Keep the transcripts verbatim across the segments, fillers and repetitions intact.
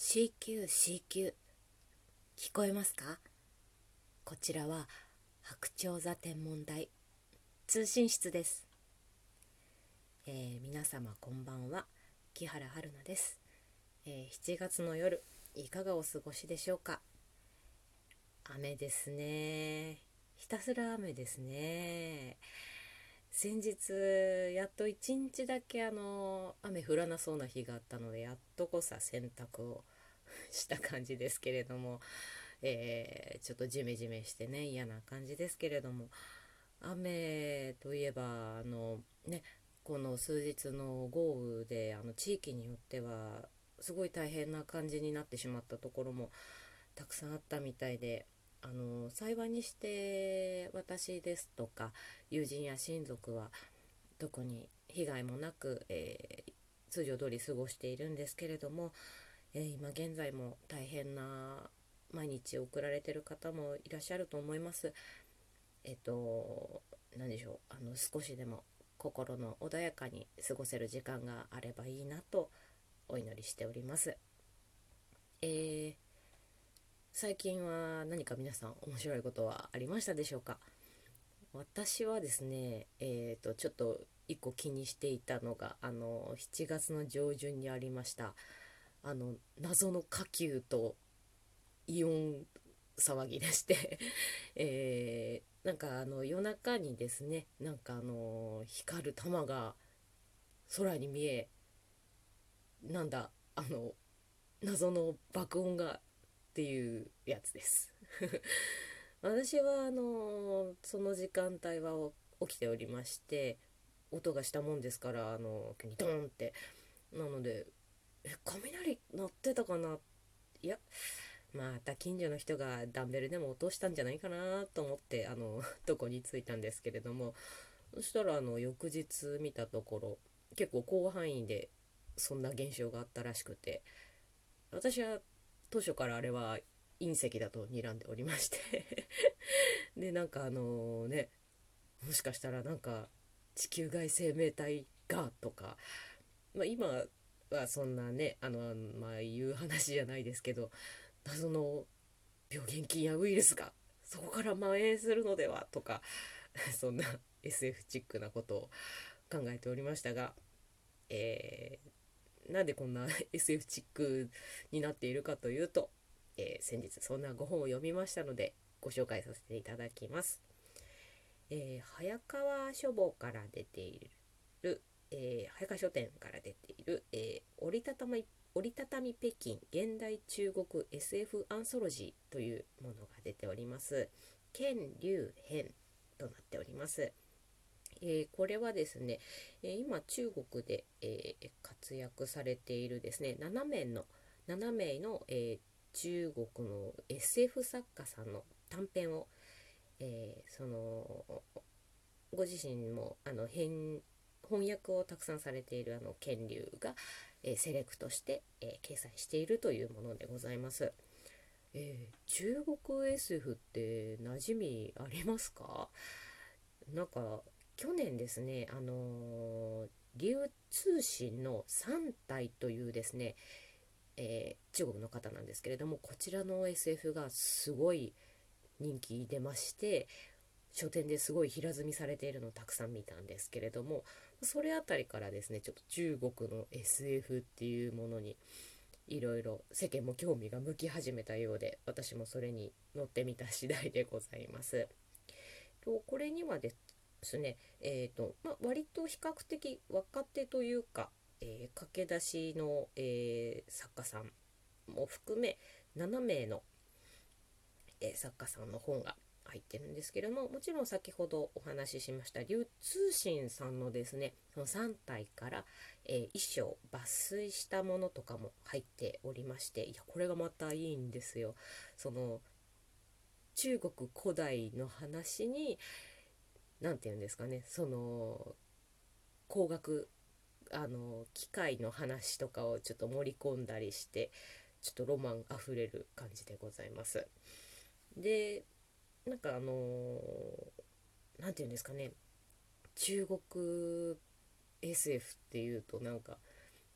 シーキューシーキュー 聞こえますか？こちらは白鳥座天文台通信室です。えー皆様こんばんは。木原春菜です。えーしちがつの夜いかがお過ごしでしょうか？雨ですね。ひたすら雨ですね。先日やっといちにちだけあの雨降らなそうな日があったので、やっとこさ洗濯をした感じですけれども、えーちょっとジメジメしてね、嫌な感じですけれども、雨といえばあのね、この数日の豪雨であの地域によってはすごい大変な感じになってしまったところもたくさんあったみたいで、あの幸いにして私ですとか友人や親族は特に被害もなく、えー通常通り過ごしているんですけれども、えー今現在も大変な毎日を送られている方もいらっしゃると思います。えっと何でしょう、あの少しでも心の穏やかに過ごせる時間があればいいなとお祈りしております。えー最近は何か皆さん面白いことはありましたでしょうか？私はですね、えーとちょっと一個気にしていたのが、あのしちがつの上旬にありましたあの謎の火球とイオン騒ぎでしてえーなんかあの夜中にですね、なんかあの光る玉が空に見え、なんだあの謎の爆音がっていうやつです私はあのその時間帯は起きておりまして、音がしたもんですから、あの急にドーンって、なのでえ雷鳴ってたかな、いや、また近所の人がダンベルでも落としたんじゃないかなと思ってあのとこに着いたんですけれども、そしたらあの翌日見たところ、結構広範囲でそんな現象があったらしくて、私は当初からあれは隕石だと睨んでおりましてでなんかあのね、もしかしたらなんか地球外生命体がとか、まあ、今はそんなね、あのまあ言う話じゃないですけど、謎の病原菌やウイルスがそこから蔓延するのではとかそんな エスエフ チックなことを考えておりましたが、えーなんでこんな エスエフ チックになっているかというと、えー先日そんなご本を読みましたのでご紹介させていただきます。えー早川書房から出ている、えー早川書店から出ている、えー折りたたみ折りたたみ北京現代中国 エスエフ アンソロジーというものが出ております。剣龍編となっております。えーこれはですね、えー今中国で、えー活躍されているですね、ななめいのななめいの、えー中国の エスエフ 作家さんの短編を、えーそのご自身もあの翻訳をたくさんされているあの剣流が、えーセレクトして、えー掲載しているというものでございます。えー中国 エスエフ って馴染みありますか？なんか去年ですね、あのー流通信のさん体というですね、えー中国の方なんですけれども、こちらの エスエフ がすごい人気出まして、書店ですごい平積みされているのをたくさん見たんですけれども、それあたりからですね、ちょっと中国の エスエフ っていうものにいろいろ世間も興味が向き始めたようで、私もそれに乗ってみた次第でございます。とこれにはですね、えーとまあ、割と比較的若手というか、えー駆け出しの、えー作家さんも含めななめいの、えー作家さんの本が入ってるんですけれども、もちろん先ほどお話ししました流通信さんのですね、そのさん体から、えー、一章抜粋したものとかも入っておりまして、いやこれがまたいいんですよ。その中国古代の話に、なんていうんですかね、その工学、あの機械の話とかをちょっと盛り込んだりして、ちょっとロマンあふれる感じでございます。でなんかあのーなんていうんですかね、中国 エスエフ っていうとなんか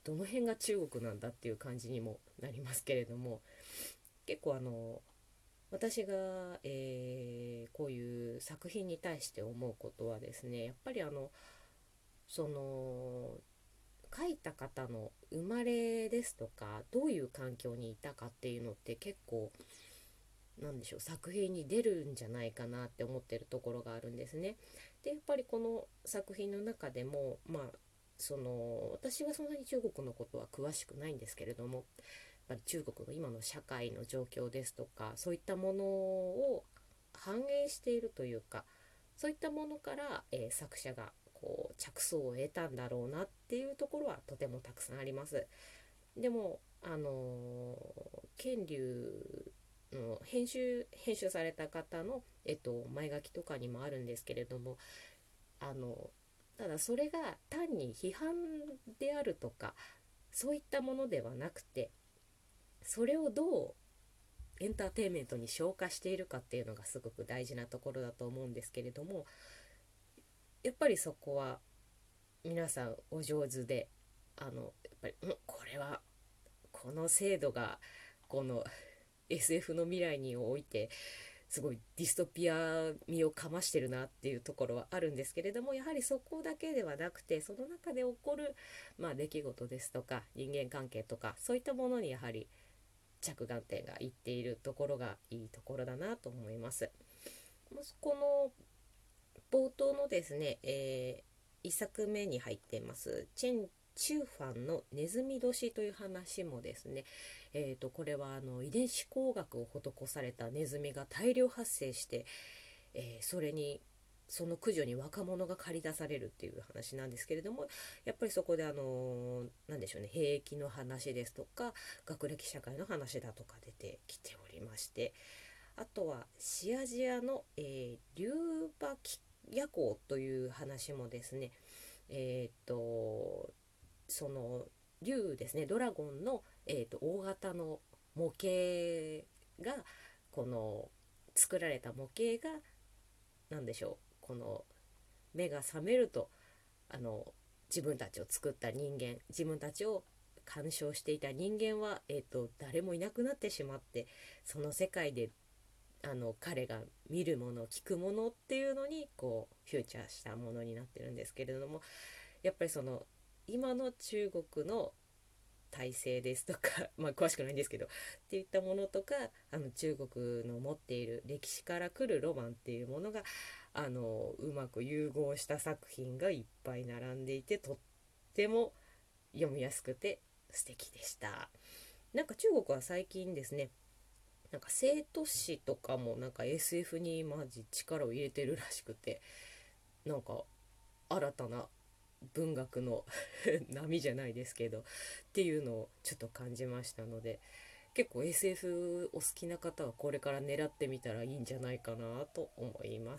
どの辺が中国なんだっていう感じにもなりますけれども、結構あの私が、えーこういう作品に対して思うことはですね、やっぱりあのその書いた方の生まれですとか、どういう環境にいたかっていうのって結構なんでしょう、作品に出るんじゃないかなって思ってるところがあるんですね。でやっぱりこの作品の中でも、まあその私はそんなに中国のことは詳しくないんですけれども、やっぱり中国の今の社会の状況ですとか、そういったものを反映しているというか、そういったものから、えー作者がこう着想を得たんだろうなっていうところはとてもたくさんあります。でもあのー、剣竜の編集編集された方の、えっと、前書きとかにもあるんですけれども、あのただそれが単に批判であるとかそういったものではなくて、それをどうエンターテインメントに昇華しているかっていうのがすごく大事なところだと思うんですけれども、やっぱりそこは皆さんお上手で、あのやっぱり、うん、これはこの制度がこの エスエフ の未来においてすごいディストピア味をかましてるなっていうところはあるんですけれども、やはりそこだけではなくて、その中で起こる、まあ、出来事ですとか人間関係とかそういったものにやはり着眼点がいっているところがいいところだなと思います。この冒頭のですね、えー、いっさくめに入っていますチェン・チューファンのネズミ年という話もですね、えー、とこれはあの遺伝子工学を施されたネズミが大量発生して、えーそれにその駆除に若者が駆り出されるっていう話なんですけれども、やっぱりそこであのなんでしょうね、兵役の話ですとか学歴社会の話だとか出てきておりまして、あとはシアジアの、えー、リュウバキ夜行という話もですね、えっ、とその竜ですね、ドラゴンの、えー、と大型の模型がこの作られた模型が何でしょう、この目が覚めるとあの自分たちを作った人間、自分たちを干渉していた人間は、えー、と誰もいなくなってしまって、その世界であの彼が見るもの聞くものっていうのにこうフューチャーしたものになってるんですけれども、やっぱりその今の中国の体制ですとかまあ詳しくないんですけどっていったものとか、あの中国の持っている歴史から来るロマンっていうものがあのうまく融合した作品がいっぱい並んでいて、とっても読みやすくて素敵でした。なんか中国は最近ですね、なんか生と死とかもなんか エスエフ にマジ力を入れてるらしくて、なんか新たな文学の波じゃないですけどっていうのをちょっと感じましたので、結構 エスエフ お好きな方はこれから狙ってみたらいいんじゃないかなと思います。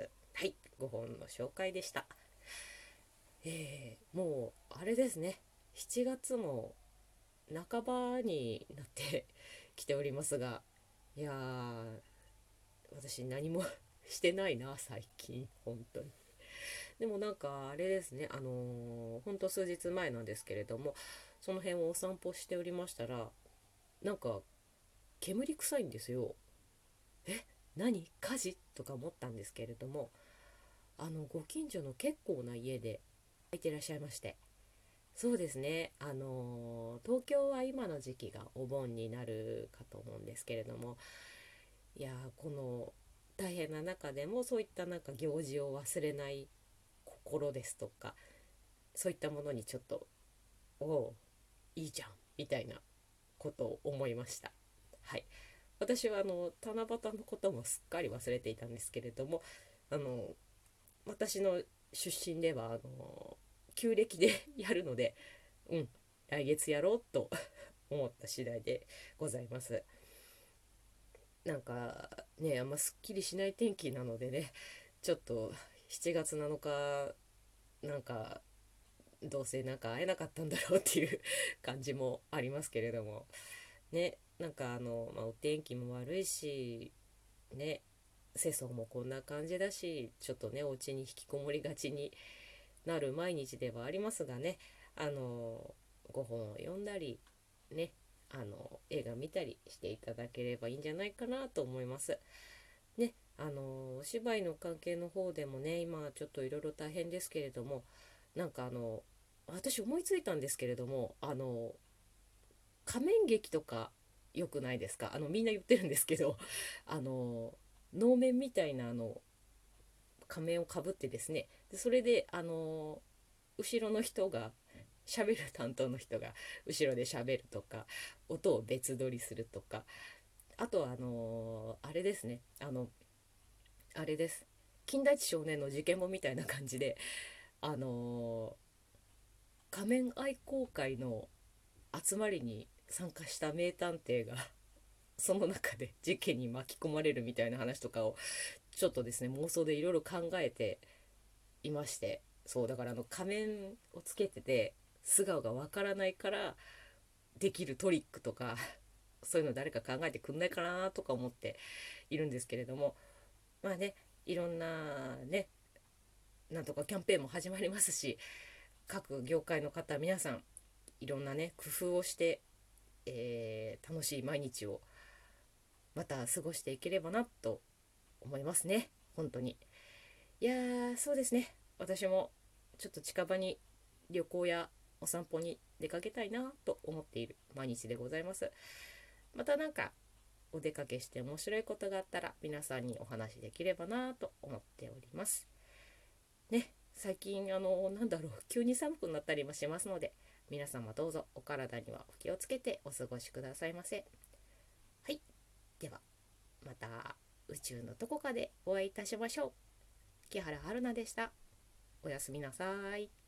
はい、ごほんの紹介でした。えー、もうあれですね、しちがつも半ばになってきておりますが、いやー私何もしてないな最近本当に。でもなんかあれですね、あのー、ほんと数日前なんですけれども、その辺をお散歩しておりましたら、なんか煙臭いんですよ。え、何火事とか思ったんですけれども、あのご近所の結構な家で開いてらっしゃいまして、そうですね、あのー東京は今の時期がお盆になるかと思うんですけれども、いやーこの大変な中でもそういったなんか行事を忘れない心ですとか、そういったものにちょっとおおいいじゃんみたいなことを思いました。はい、私はあの七夕のこともすっかり忘れていたんですけれども、あの私の出身ではあの旧暦でやるので、うん来月やろうと思った次第でございます。なんかね、あんますっきりしない天気なのでね、ちょっとしちがつなのかなんかどうせなんか会えなかったんだろうっていう感じもありますけれどもね、なんかあの、まあ、お天気も悪いしね、世相もこんな感じだし、ちょっとねお家に引きこもりがちになる毎日ではありますがね、あのごほんを読んだりね、あの映画見たりしていただければいいんじゃないかなと思いますね。あのお芝居の関係の方でもね、今ちょっといろいろ大変ですけれども、なんかあの私思いついたんですけれども、あの仮面劇とか良くないですか？あのみんな言ってるんですけど、あの能面みたいなあの仮面をかぶってですね、でそれであの後ろの人が喋る担当の人が後ろで喋るとか、音を別撮りするとか、あとはあのあれですね、あのあれです、金田一少年の事件簿みたいな感じで、あの仮面愛好会の集まりに参加した名探偵がその中で事件に巻き込まれるみたいな話とかをちょっとですね、妄想でいろいろ考えていまして、そうだからあの仮面をつけてて素顔がわからないからできるトリックとかそういうの誰か考えてくんないかなとか思っているんですけれども、まあね、いろんなね、なんとかキャンペーンも始まりますし、各業界の方皆さんいろんなね工夫をして、えー楽しい毎日をまた過ごしていければなと思いますね、本当に。いやー、そうですね、私もちょっと近場に旅行やお散歩に出かけたいなと思っている毎日でございます。またなんかお出かけして面白いことがあったら皆さんにお話しできればなと思っておりますね。最近あのなんだろう、急に寒くなったりもしますので、皆様どうぞお体にはお気をつけてお過ごしくださいませ。はい、ではまた宇宙のどこかでお会いいたしましょう。木原春菜でした。おやすみなさい。